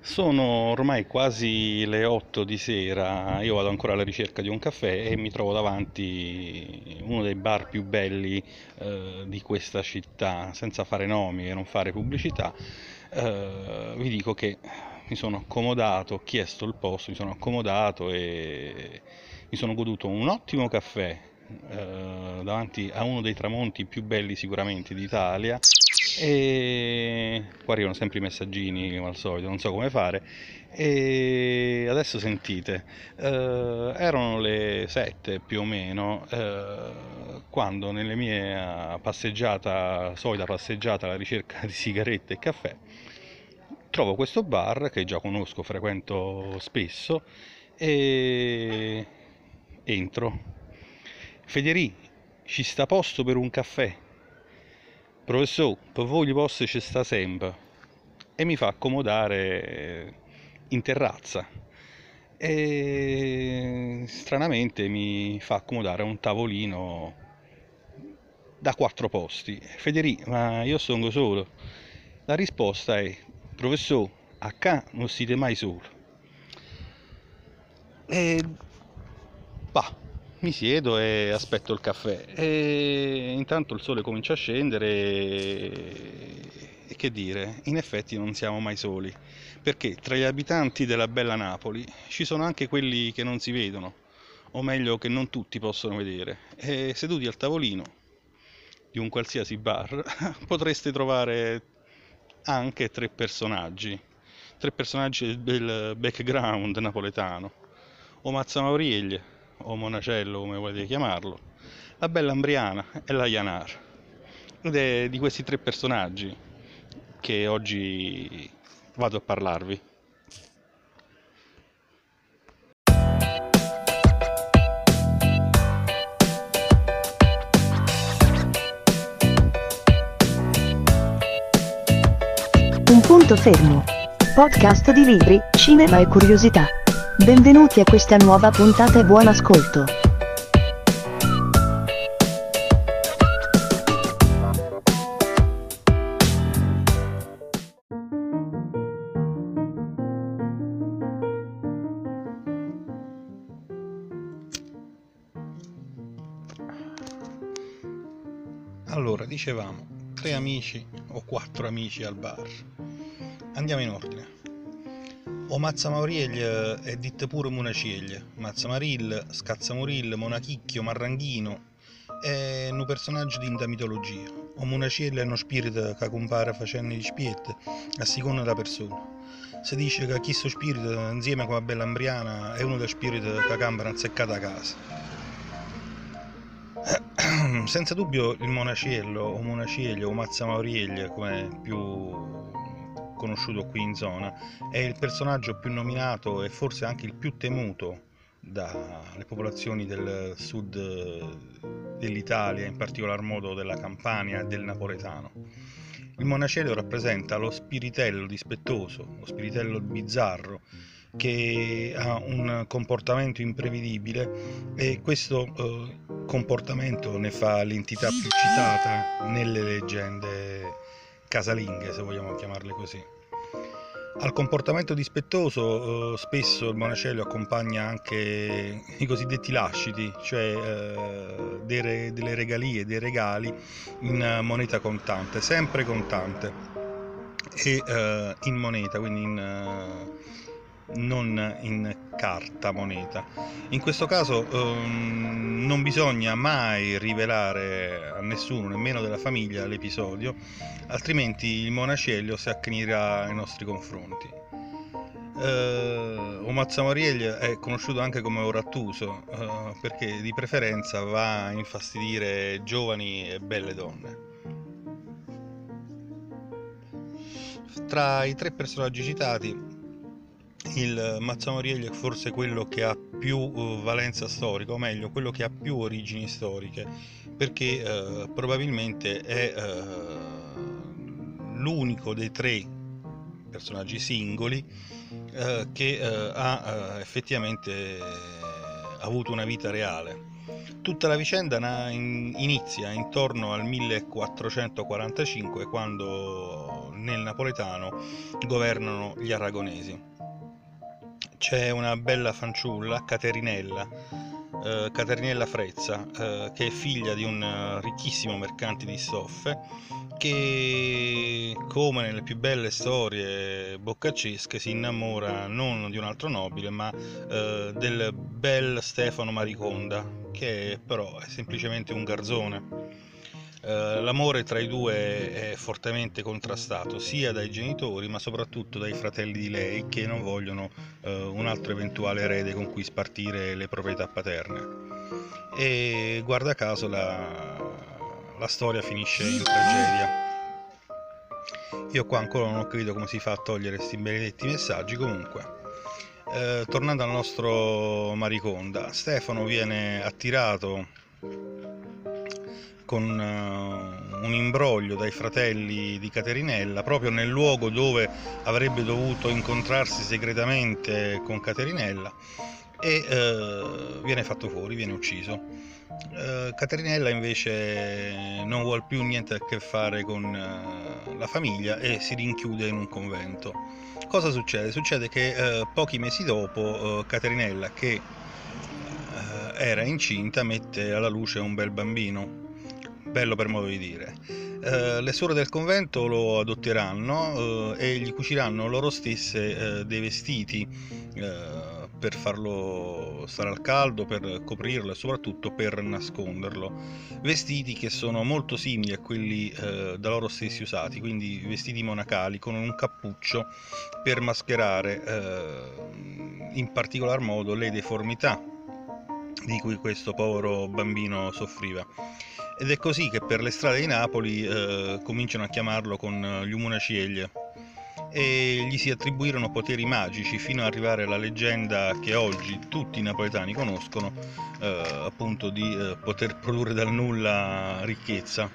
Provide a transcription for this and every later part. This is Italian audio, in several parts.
Sono ormai quasi le 8 di sera, io vado ancora alla ricerca di un caffè e mi trovo davanti uno dei bar più belli di questa città, senza fare nomi e non fare pubblicità. Vi dico che mi sono accomodato, ho chiesto il posto, mi sono accomodato e mi sono goduto un ottimo caffè davanti a uno dei tramonti più belli sicuramente d'Italia. E qua arrivano sempre i messaggini come al solito, non so come fare. E adesso sentite, erano le 7 più o meno, quando nelle mie solita passeggiata alla ricerca di sigarette e caffè, trovo questo bar che già conosco, frequento spesso e entro. Federì, ci sta posto per un caffè? Professore, per voi li posso ci sta sempre. E mi fa accomodare in terrazza. E stranamente mi fa accomodare a un tavolino da 4 posti. Federì, ma io sono solo. La risposta è, professore, a qua non siete mai solo. E bah, mi siedo e aspetto il caffè e intanto il sole comincia a scendere e che dire, in effetti non siamo mai soli, perché tra gli abitanti della bella Napoli ci sono anche quelli che non si vedono, o meglio che non tutti possono vedere, e seduti al tavolino di un qualsiasi bar potreste trovare anche tre personaggi del background napoletano, o Mazza Maurieglie, o Monacello come volete chiamarlo, la Bella Ambriana e la Janar. Ed è di questi tre personaggi che oggi vado a parlarvi. Un punto fermo. Podcast di libri, cinema e curiosità. Benvenuti a questa nuova puntata e buon ascolto. Allora, dicevamo, 3 amici o 4 amici al bar. Andiamo in ordine. O Mazza Maurieglie è dit pure Munacieglie, Mazza Maril, Scazzamuril, Monachicchio, Marranghino è un personaggio di da mitologia. O Munacieglie è uno spirito che compare facendo gli spiette a seconda della persona. Si dice che questo spirito, insieme con la Bella Ambriana, è uno dei spiriti che campano azzeccata a casa. Senza dubbio il Monaciello o Monaciello o Mazza Maurieglie, come è più conosciuto qui in zona, è il personaggio più nominato e forse anche il più temuto dalle popolazioni del sud dell'Italia, in particolar modo della Campania e del napoletano. Il Monacello rappresenta lo spiritello dispettoso, lo spiritello bizzarro, che ha un comportamento imprevedibile e questo comportamento ne fa l'entità più citata nelle leggende casalinghe, se vogliamo chiamarle così. Al comportamento dispettoso spesso il Monacello accompagna anche i cosiddetti lasciti, cioè delle regalie, dei regali in moneta contante, sempre contante e in moneta, quindi non in carta moneta. In questo caso non bisogna mai rivelare a nessuno, nemmeno della famiglia, l'episodio, altrimenti il Monacello si accanirà ai nostri confronti. O Mazza Maurieglie è conosciuto anche come Orattuso perché di preferenza va a infastidire giovani e belle donne. Tra i tre personaggi citati, il Mazza Maurieglie è forse quello che ha più valenza storica, o meglio, quello che ha più origini storiche, perché probabilmente è l'unico dei tre personaggi singoli che ha effettivamente avuto una vita reale. Tutta la vicenda inizia intorno al 1445, quando nel napoletano governano gli aragonesi. C'è una bella fanciulla, Caterinella Frezza, che è figlia di un ricchissimo mercante di stoffe, che, come nelle più belle storie boccaccesche, si innamora non di un altro nobile, ma del bel Stefano Mariconda, che però è semplicemente un garzone. L'amore tra i due è fortemente contrastato sia dai genitori ma soprattutto dai fratelli di lei, che non vogliono un altro eventuale erede con cui spartire le proprietà paterne, e guarda caso la storia finisce in tragedia. Io qua ancora non ho capito come si fa a togliere questi benedetti messaggi. Comunque, tornando al nostro Mariconda, Stefano viene attirato con un imbroglio dai fratelli di Caterinella proprio nel luogo dove avrebbe dovuto incontrarsi segretamente con Caterinella, e viene fatto fuori, viene ucciso. Caterinella invece non vuol più niente a che fare con la famiglia e si rinchiude in un convento. Cosa succede? Succede che pochi mesi dopo Caterinella, che era incinta, mette alla luce un bel bambino, bello per modo di dire. Le suore del convento lo adotteranno e gli cuciranno loro stesse dei vestiti per farlo stare al caldo, per coprirlo e soprattutto per nasconderlo. Vestiti che sono molto simili a quelli da loro stessi usati, quindi vestiti monacali con un cappuccio per mascherare in particolar modo le deformità di cui questo povero bambino soffriva. Ed è così che per le strade di Napoli cominciano a chiamarlo con gli Umunaceglie e gli si attribuirono poteri magici, fino ad arrivare alla leggenda che oggi tutti i napoletani conoscono, appunto di poter produrre dal nulla ricchezza.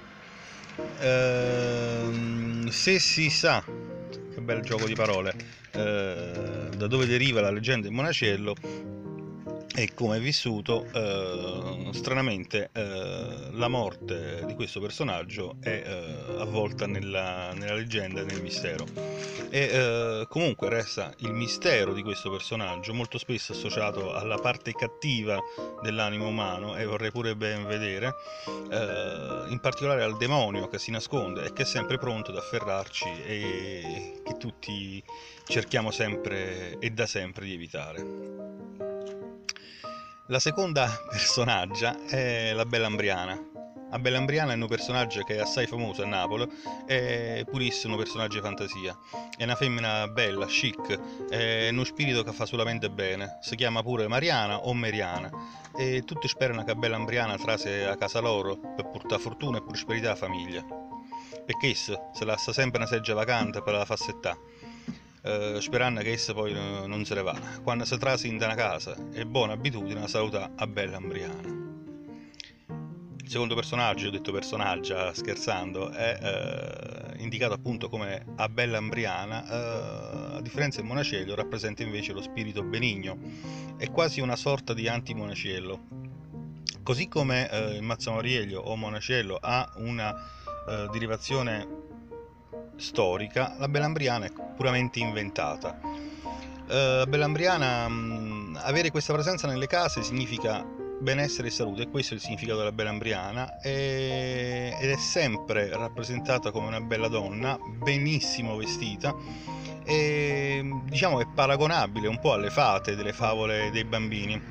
Se si sa, che bel gioco di parole, da dove deriva la leggenda del Monacello e come è vissuto, stranamente la morte di questo personaggio è avvolta nella leggenda e nel mistero, e comunque resta il mistero di questo personaggio, molto spesso associato alla parte cattiva dell'animo umano, e vorrei pure ben vedere, in particolare al demonio che si nasconde e che è sempre pronto ad afferrarci e che tutti cerchiamo sempre e da sempre di evitare. La seconda personaggia è la Bella Ambriana. La Bella Ambriana è un personaggio che è assai famoso a Napoli, è purissimo personaggio di fantasia. È una femmina bella, chic, è uno spirito che fa solamente bene. Si chiama pure Mariana o Meriana, e tutti sperano che la Bella Ambriana trase a casa loro per portare fortuna e prosperità alla famiglia. Perché se lascia sempre una seggia vacante per la fassettà, sperando che essa poi non se ne va. Quando si trasi in una casa è buona abitudine a salutare a Bella Ambriana. Il secondo personaggio, ho detto personaggia scherzando, è indicato appunto come a Bella Ambriana. A differenza del Monacello, rappresenta invece lo spirito benigno, è quasi una sorta di anti-Monacello. Così come il Mazzamoriello o Monacello ha una derivazione storica, la Bella Ambriana è puramente inventata. Bella Ambriana, avere questa presenza nelle case significa benessere e salute, e questo è il significato della Bella Ambriana, ed è sempre rappresentata come una bella donna, benissimo vestita, e diciamo è paragonabile un po' alle fate delle favole dei bambini.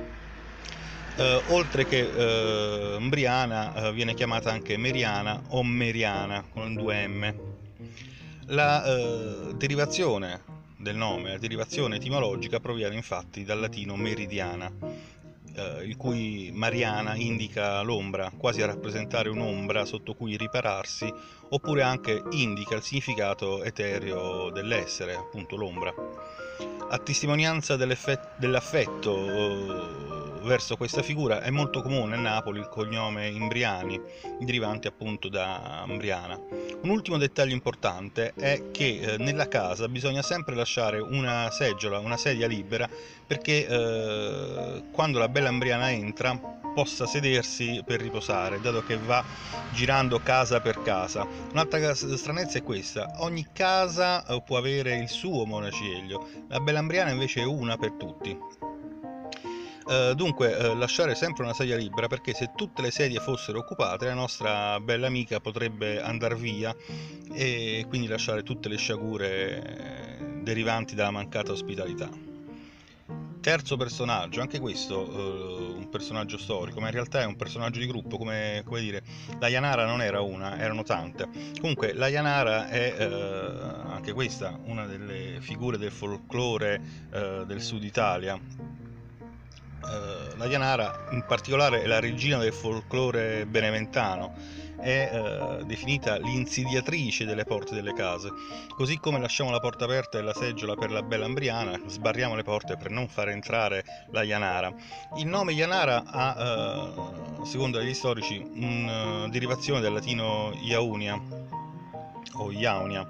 Oltre che Ambriana, viene chiamata anche Meriana o Meriana con 2 M. La derivazione del nome, la derivazione etimologica, proviene infatti dal latino meridiana, il cui Mariana indica l'ombra, quasi a rappresentare un'ombra sotto cui ripararsi, oppure anche indica il significato etereo dell'essere, appunto l'ombra. A testimonianza dell'affetto verso questa figura. È molto comune a Napoli il cognome Imbriani, derivante appunto da Ambriana. Un ultimo dettaglio importante è che nella casa bisogna sempre lasciare una seggiola, una sedia libera, perché quando la bella Ambriana entra possa sedersi per riposare, dato che va girando casa per casa. Un'altra stranezza è questa: ogni casa può avere il suo monaciglio, la bella Ambriana invece è una per tutti. Dunque lasciare sempre una sedia libera, perché se tutte le sedie fossero occupate la nostra bella amica potrebbe andare via e quindi lasciare tutte le sciagure derivanti dalla mancata ospitalità. Terzo personaggio, anche questo un personaggio storico, ma in realtà è un personaggio di gruppo, come dire, la Janara non era una, erano tante. Comunque la Janara è anche questa una delle figure del folklore del sud Italia. La Janara in particolare è la regina del folklore beneventano, è definita l'insidiatrice delle porte delle case. Così come lasciamo la porta aperta e la seggiola per la bella Ambriana, sbarriamo le porte per non far entrare la Janara. Il nome Janara ha, secondo gli storici, una derivazione dal latino Iaunia o Iaunia,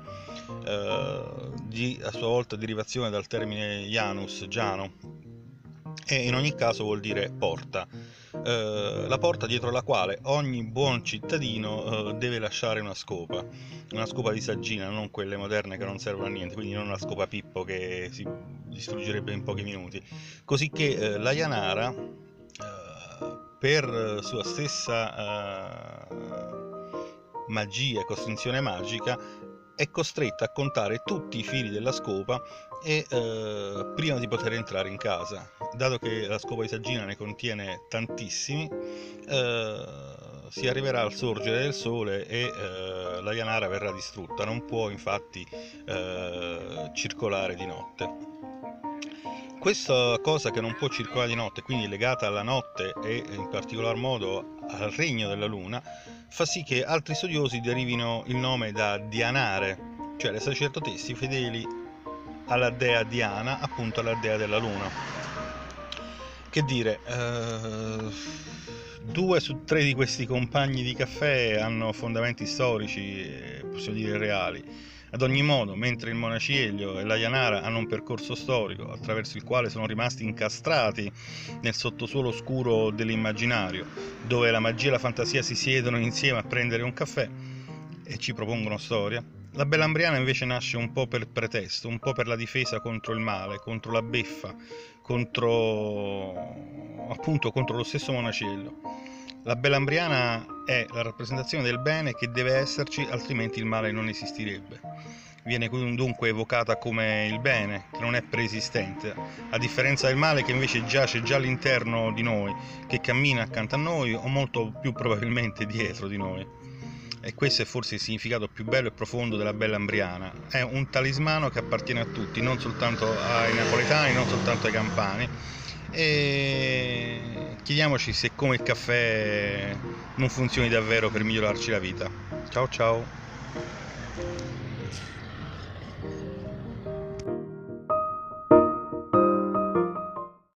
a sua volta derivazione dal termine Janus, Giano, e in ogni caso vuol dire porta. La porta dietro la quale ogni buon cittadino deve lasciare una scopa di saggina, non quelle moderne che non servono a niente, quindi non una scopa Pippo che si distruggerebbe in pochi minuti. Cosicché la Janara, per sua stessa magia e costrizione magica, è costretta a contare tutti i fili della scopa e prima di poter entrare in casa. Dato che la scopa di saggina ne contiene tantissimi, si arriverà al sorgere del sole e la Janara verrà distrutta. Non può infatti circolare di notte. Questa cosa che non può circolare di notte, quindi legata alla notte e in particolar modo al regno della luna, fa sì che altri studiosi derivino il nome da Dianare, cioè le sacerdotesse fedeli alla dea Diana, appunto alla dea della luna. Che dire, 2 su 3 di questi compagni di caffè hanno fondamenti storici, possiamo dire reali. Ad ogni modo, mentre il Monaciglio e la Janara hanno un percorso storico attraverso il quale sono rimasti incastrati nel sottosuolo oscuro dell'immaginario, dove la magia e la fantasia si siedono insieme a prendere un caffè e ci propongono storia, la bella Ambriana invece nasce un po' per pretesto, un po' per la difesa contro il male, contro la beffa, contro lo stesso Monaciglio. La bella Ambriana è la rappresentazione del bene che deve esserci, altrimenti il male non esisterebbe. Viene dunque evocata come il bene, che non è preesistente, a differenza del male che invece giace già all'interno di noi, che cammina accanto a noi o molto più probabilmente dietro di noi. E questo è forse il significato più bello e profondo della bella Ambriana. È un talismano che appartiene a tutti, non soltanto ai napoletani, non soltanto ai campani. E chiediamoci se come il caffè non funzioni davvero per migliorarci la vita. Ciao ciao!